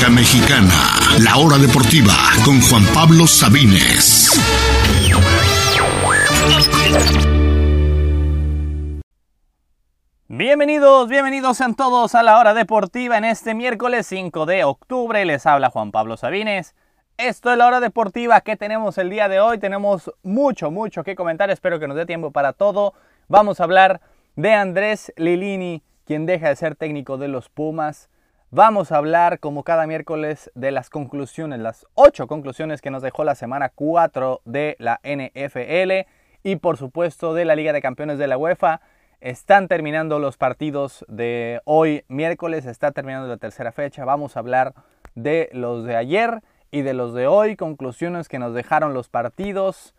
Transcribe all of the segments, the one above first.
Liga Mexicana, la hora deportiva con Juan Pablo Sabines. Bienvenidos sean todos a la hora deportiva en este miércoles 5 de octubre. Les habla Juan Pablo Sabines. Esto es la hora deportiva que tenemos el día de hoy. Tenemos mucho que comentar. Espero que nos dé tiempo para todo. Vamos a hablar de Andrés Lilini, quien deja de ser técnico de los Pumas. Vamos a hablar, como cada miércoles, de las conclusiones, las 8 conclusiones que nos dejó la semana 4 de la NFL y, por supuesto, de la Liga de Campeones de la UEFA. Están terminando los partidos de hoy, miércoles, está terminando la tercera fecha. Vamos a hablar de los de ayer y de los de hoy, conclusiones que nos dejaron los partidos.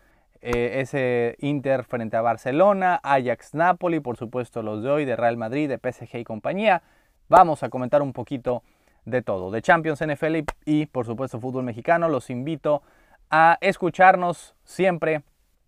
Ese Inter frente a Barcelona, Ajax-Napoli, por supuesto los de hoy, de Real Madrid, de PSG y compañía. Vamos a comentar un poquito de todo, de Champions, NFL y por supuesto fútbol mexicano. Los invito a escucharnos siempre.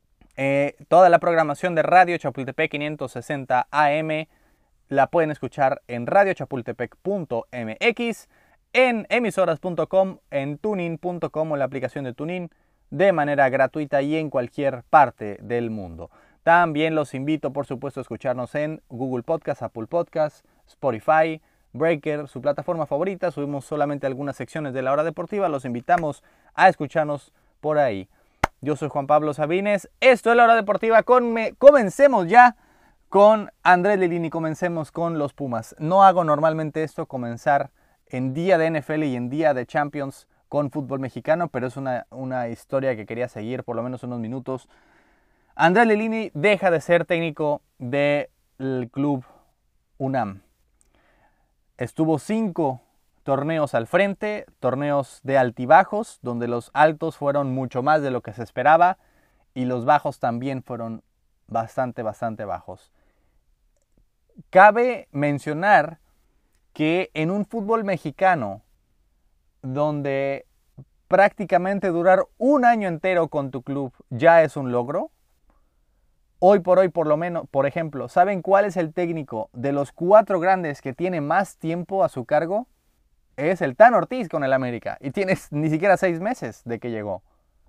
Toda la programación de Radio Chapultepec 560 AM la pueden escuchar en radiochapultepec.mx, en emisoras.com, en tunin.com o la aplicación de Tunin, de manera gratuita y en cualquier parte del mundo. También los invito, por supuesto, a escucharnos en Google Podcast, Apple Podcast, Spotify, Breaker, su plataforma favorita. Subimos solamente algunas secciones de la hora deportiva. Los invitamos a escucharnos por ahí. Yo soy Juan Pablo Sabines. Esto es la hora deportiva. Comencemos ya con Andrés Lilini. Comencemos con los Pumas. No hago normalmente esto, comenzar en día de NFL y en día de Champions con fútbol mexicano, pero es una historia que quería seguir por lo menos unos minutos. Andrés Lilini deja de ser técnico del club UNAM. Estuvo 5 torneos al frente, torneos de altibajos, donde los altos fueron mucho más de lo que se esperaba y los bajos también fueron bastante bajos. Cabe mencionar que en un fútbol mexicano donde prácticamente durar un año entero con tu club ya es un logro. Hoy por hoy, por lo menos, por ejemplo, ¿saben cuál es el técnico de los 4 grandes que tiene más tiempo a su cargo? Es el Tan Ortiz con el América y tiene ni siquiera 6 meses de que llegó.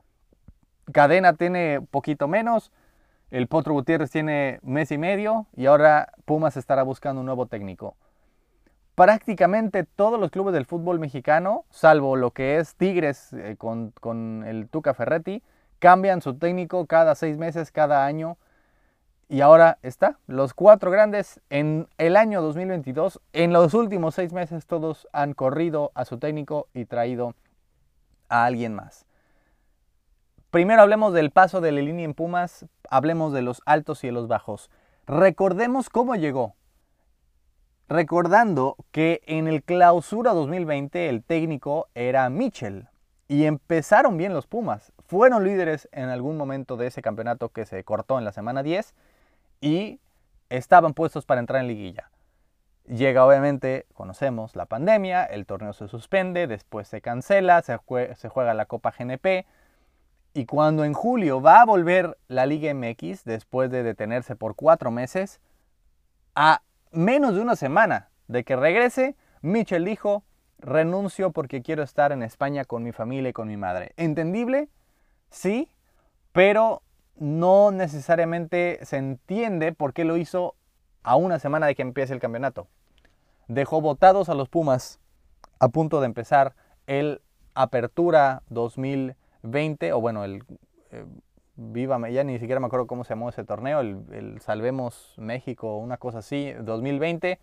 Cadena tiene poquito menos, el Potro Gutiérrez tiene mes y medio y ahora Pumas estará buscando un nuevo técnico. Prácticamente todos los clubes del fútbol mexicano, salvo lo que es Tigres con el Tuca Ferretti, cambian su técnico cada 6 meses, cada año. Y ahora está, los 4 grandes en el año 2022, en los últimos 6 meses todos han corrido a su técnico y traído a alguien más. Primero hablemos del paso de Lilini en Pumas, hablemos de los altos y de los bajos. Recordemos cómo llegó. Recordando que en el Clausura 2020 el técnico era Mitchell y empezaron bien los Pumas. Fueron líderes en algún momento de ese campeonato que se cortó en la semana 10 y estaban puestos para entrar en liguilla. Llega obviamente, conocemos la pandemia, el torneo se suspende, después se cancela, se juega la Copa GNP y cuando en julio va a volver la Liga MX después de detenerse por 4 meses, a menos de una semana de que regrese, Mitchell dijo: renuncio porque quiero estar en España con mi familia y con mi madre. ¿Entendible? Sí, pero no necesariamente se entiende por qué lo hizo a una semana de que empiece el campeonato. Dejó botados a los Pumas a punto de empezar el Apertura 2020, o bueno, ya ni siquiera me acuerdo cómo se llamó ese torneo, el Salvemos México, una cosa así, 2020,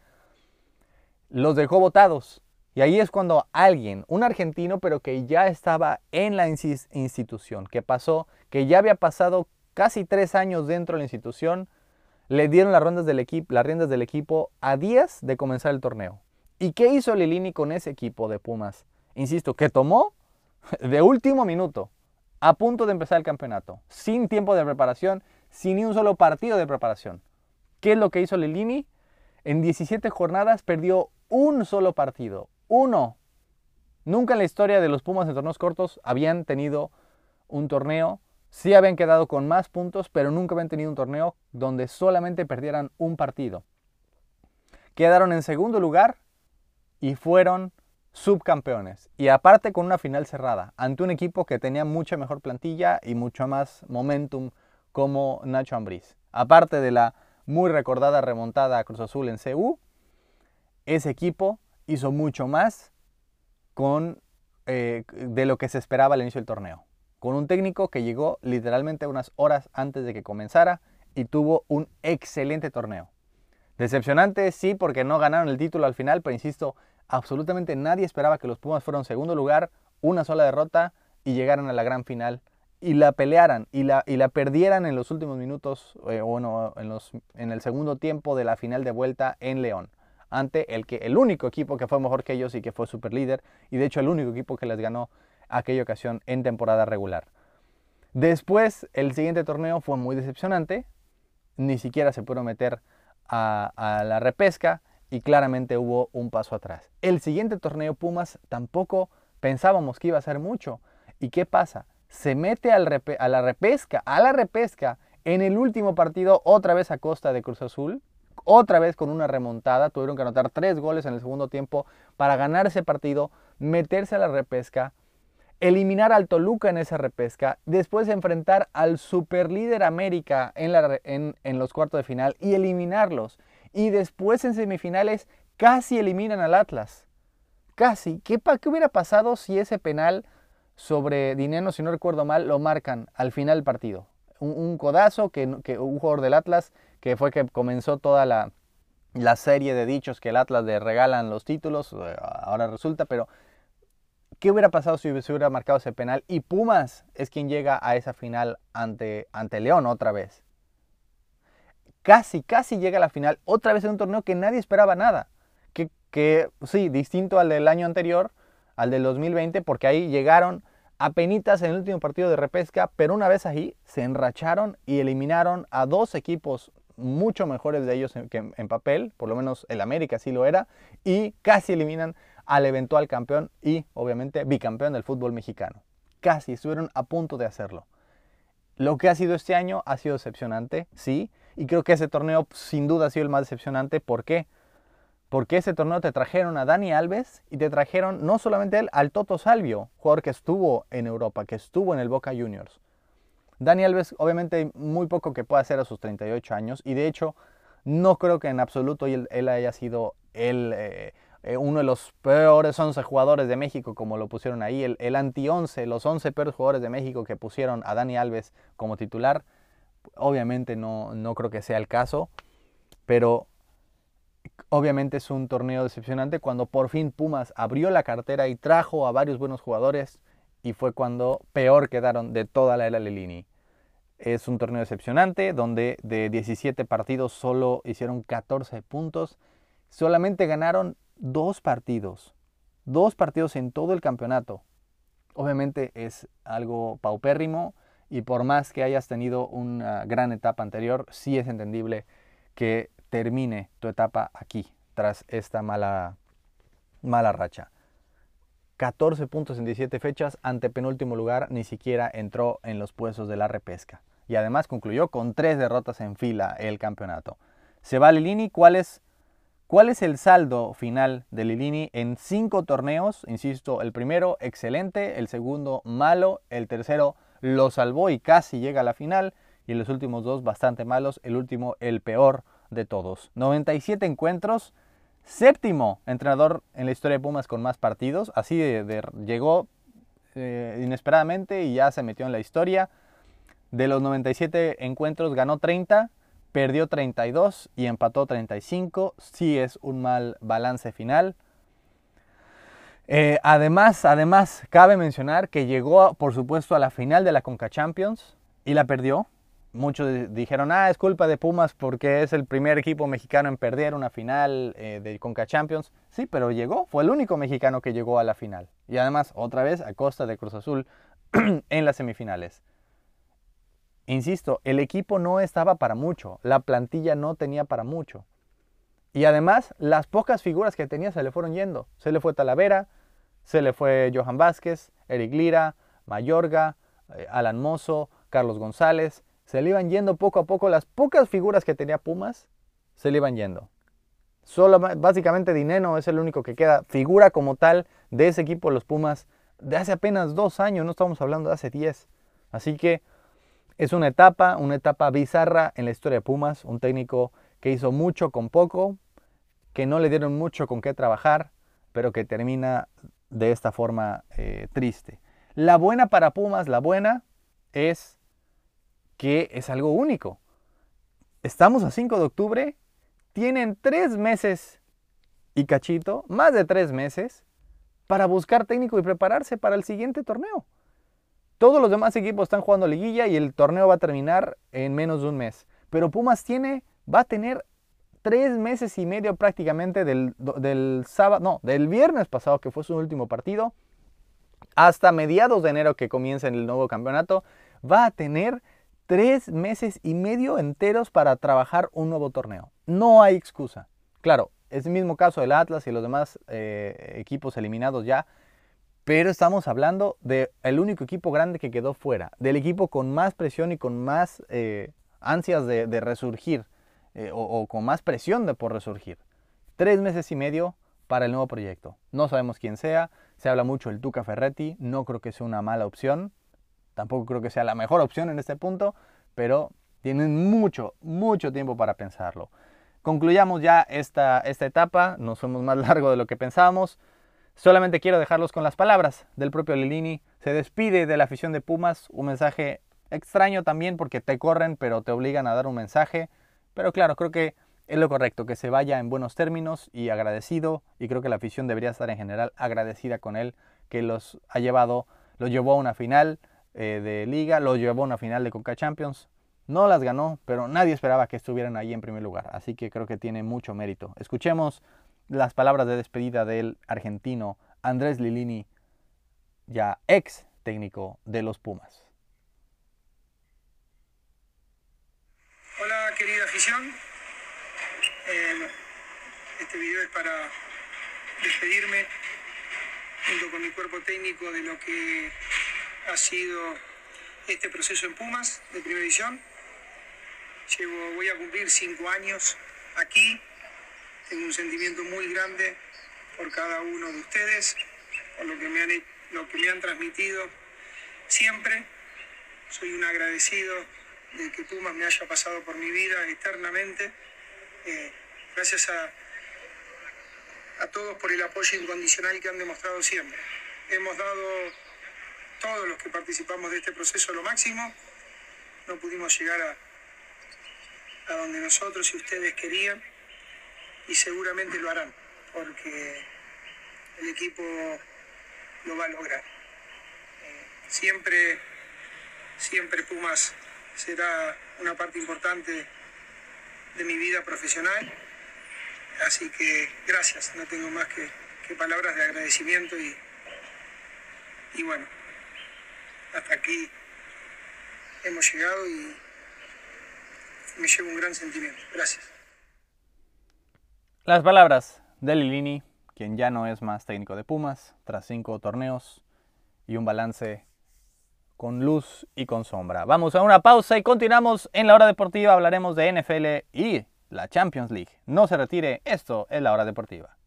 los dejó botados. Y ahí es cuando alguien, un argentino, pero que ya estaba en la institución, que ya había pasado casi 3 años dentro de la institución, le dieron las riendas del equipo a días de comenzar el torneo. ¿Y qué hizo Lilini con ese equipo de Pumas? Insisto, que tomó de último minuto, a punto de empezar el campeonato, sin tiempo de preparación, sin ni un solo partido de preparación. ¿Qué es lo que hizo Lilini? En 17 jornadas perdió un solo partido. 1. Nunca en la historia de los Pumas en torneos cortos habían tenido un torneo. Sí habían quedado con más puntos, pero nunca habían tenido un torneo donde solamente perdieran un partido. Quedaron en segundo lugar y fueron subcampeones. Y aparte con una final cerrada, ante un equipo que tenía mucha mejor plantilla y mucho más momentum como Nacho Ambriz. Aparte de la muy recordada remontada a Cruz Azul en CU, ese equipo hizo mucho más de lo que se esperaba al inicio del torneo. Con un técnico que llegó literalmente unas horas antes de que comenzara y tuvo un excelente torneo. Decepcionante, sí, porque no ganaron el título al final, pero insisto, absolutamente nadie esperaba que los Pumas fueran segundo lugar, una sola derrota y llegaran a la gran final y la pelearan y la perdieran en los últimos minutos, en el segundo tiempo de la final de vuelta en León, ante el único equipo que fue mejor que ellos y que fue superlíder, y de hecho el único equipo que les ganó aquella ocasión en temporada regular. Después, el siguiente torneo fue muy decepcionante, ni siquiera se pudo meter a la repesca y claramente hubo un paso atrás. El siguiente torneo Pumas tampoco pensábamos que iba a ser mucho. ¿Y qué pasa? Se mete a la repesca en el último partido, otra vez a costa de Cruz Azul, otra vez con una remontada. Tuvieron que anotar 3 goles en el segundo tiempo para ganar ese partido, meterse a la repesca, eliminar al Toluca en esa repesca, después enfrentar al superlíder América en los cuartos de final y eliminarlos. Y después en semifinales casi eliminan al Atlas. Casi. ¿Qué hubiera pasado si ese penal sobre Dineno, si no recuerdo mal, lo marcan al final del partido? Un codazo que un jugador del Atlas, que fue que comenzó toda la serie de dichos que el Atlas le regalan los títulos, ahora resulta, pero ¿qué hubiera pasado si se hubiera marcado ese penal? Y Pumas es quien llega a esa final ante León otra vez. Casi llega a la final otra vez en un torneo que nadie esperaba nada. Que sí, distinto al del año anterior, al del 2020, porque ahí llegaron apenitas en el último partido de repesca, pero una vez ahí se enracharon y eliminaron a 2 equipos mucho mejores de ellos que en papel, por lo menos el América sí lo era, y casi eliminan al eventual campeón y obviamente bicampeón del fútbol mexicano. Casi estuvieron a punto de hacerlo. Lo que ha sido este año ha sido decepcionante, sí, y creo que ese torneo sin duda ha sido el más decepcionante. ¿Por qué? Porque ese torneo te trajeron a Dani Alves y te trajeron no solamente él, al Toto Salvio, jugador que estuvo en Europa, que estuvo en el Boca Juniors. Dani Alves obviamente muy poco que pueda hacer a sus 38 años y de hecho no creo que en absoluto él haya sido uno de los peores 11 jugadores de México como lo pusieron ahí, el anti-11, los 11 peores jugadores de México que pusieron a Dani Alves como titular. Obviamente no creo que sea el caso, pero obviamente es un torneo decepcionante cuando por fin Pumas abrió la cartera y trajo a varios buenos jugadores y fue cuando peor quedaron de toda la era Lilini. Es un torneo decepcionante donde de 17 partidos solo hicieron 14 puntos. Solamente ganaron 2 partidos. 2 partidos en todo el campeonato. Obviamente es algo paupérrimo y por más que hayas tenido una gran etapa anterior, sí es entendible que termine tu etapa aquí, tras esta mala racha. 14 puntos en 17 fechas, ante penúltimo lugar, ni siquiera entró en los puestos de la repesca. Y además concluyó con 3 derrotas en fila el campeonato. Se va Lilini. ¿Cuál es el saldo final de Lilini en 5 torneos? Insisto, el primero excelente, el segundo malo, el tercero lo salvó y casi llega a la final, y los últimos 2 bastante malos, el último el peor de todos. 97 encuentros, séptimo entrenador en la historia de Pumas con más partidos, así llegó inesperadamente y ya se metió en la historia. De los 97 encuentros ganó 30, perdió 32 y empató 35. Sí es un mal balance final. Además, cabe mencionar que llegó, por supuesto, a la final de la Conca Champions y la perdió. Muchos dijeron, es culpa de Pumas porque es el primer equipo mexicano en perder una final de Conca Champions. Sí, pero llegó, fue el único mexicano que llegó a la final. Y además, otra vez, a costa de Cruz Azul en las semifinales. Insisto, el equipo no estaba para mucho, la plantilla no tenía para mucho. Y además, las pocas figuras que tenía se le fueron yendo. Se le fue Talavera, se le fue Johan Vázquez, Eric Lira, Mayorga, Alan Mozo, Carlos González. Se le iban yendo poco a poco, las pocas figuras que tenía Pumas se le iban yendo. Básicamente Dineno es el único que queda figura como tal de ese equipo, los Pumas, de hace apenas 2 años, no estamos hablando de hace 10. Así que es una etapa bizarra en la historia de Pumas, un técnico que hizo mucho con poco, que no le dieron mucho con qué trabajar, pero que termina de esta forma triste. La buena para Pumas, la buena es que es algo único. Estamos a 5 de octubre, tienen 3 meses y cachito, más de 3 meses, para buscar técnico y prepararse para el siguiente torneo. Todos los demás equipos están jugando liguilla y el torneo va a terminar en menos de un mes. Pero Pumas va a tener 3 meses y medio prácticamente del viernes pasado, que fue su último partido, hasta mediados de enero que comienza el nuevo campeonato. Va a tener 3 meses y medio enteros para trabajar un nuevo torneo. No hay excusa. Claro, es el mismo caso del Atlas y los demás equipos eliminados ya, pero estamos hablando del único equipo grande que quedó fuera, del equipo con más presión y con más ansias de resurgir, o con más presión por resurgir. 3 meses y medio para el nuevo proyecto. No sabemos quién sea, se habla mucho del Tuca Ferretti, no creo que sea una mala opción, tampoco creo que sea la mejor opción en este punto, pero tienen mucho tiempo para pensarlo. Concluyamos ya esta etapa, nos fuimos más largo de lo que pensábamos. Solamente quiero dejarlos con las palabras del propio Lilini. Se despide de la afición de Pumas, un mensaje extraño también porque te corren, pero te obligan a dar un mensaje. Pero claro, creo que es lo correcto, que se vaya en buenos términos y agradecido, y creo que la afición debería estar en general agradecida con él, que los llevó a una final de Liga, los llevó a una final de Conca Champions. No las ganó, pero nadie esperaba que estuvieran ahí en primer lugar, así que creo que tiene mucho mérito. Escuchemos las palabras de despedida del argentino Andrés Lilini, ya ex técnico de los Pumas. Hola querida afición, este video es para despedirme junto con mi cuerpo técnico de lo que ha sido este proceso en Pumas de primera división. Voy a cumplir 5 años aquí. Tengo un sentimiento muy grande por cada uno de ustedes, por lo que me han transmitido siempre. Soy un agradecido de que Pumas me haya pasado por mi vida eternamente. Gracias a todos por el apoyo incondicional que han demostrado siempre. Hemos dado, todos los que participamos de este proceso, lo máximo. No pudimos llegar a donde nosotros y ustedes querían, y seguramente lo harán, porque el equipo lo va a lograr. Siempre Pumas será una parte importante de mi vida profesional, así que gracias, no tengo más que palabras de agradecimiento, y bueno, hasta aquí hemos llegado y me llevo un gran sentimiento. Gracias. Las palabras de Lilini, quien ya no es más técnico de Pumas, tras 5 torneos y un balance con luz y con sombra. Vamos a una pausa y continuamos en La Hora Deportiva. Hablaremos de NFL y la Champions League. No se retire, esto es La Hora Deportiva.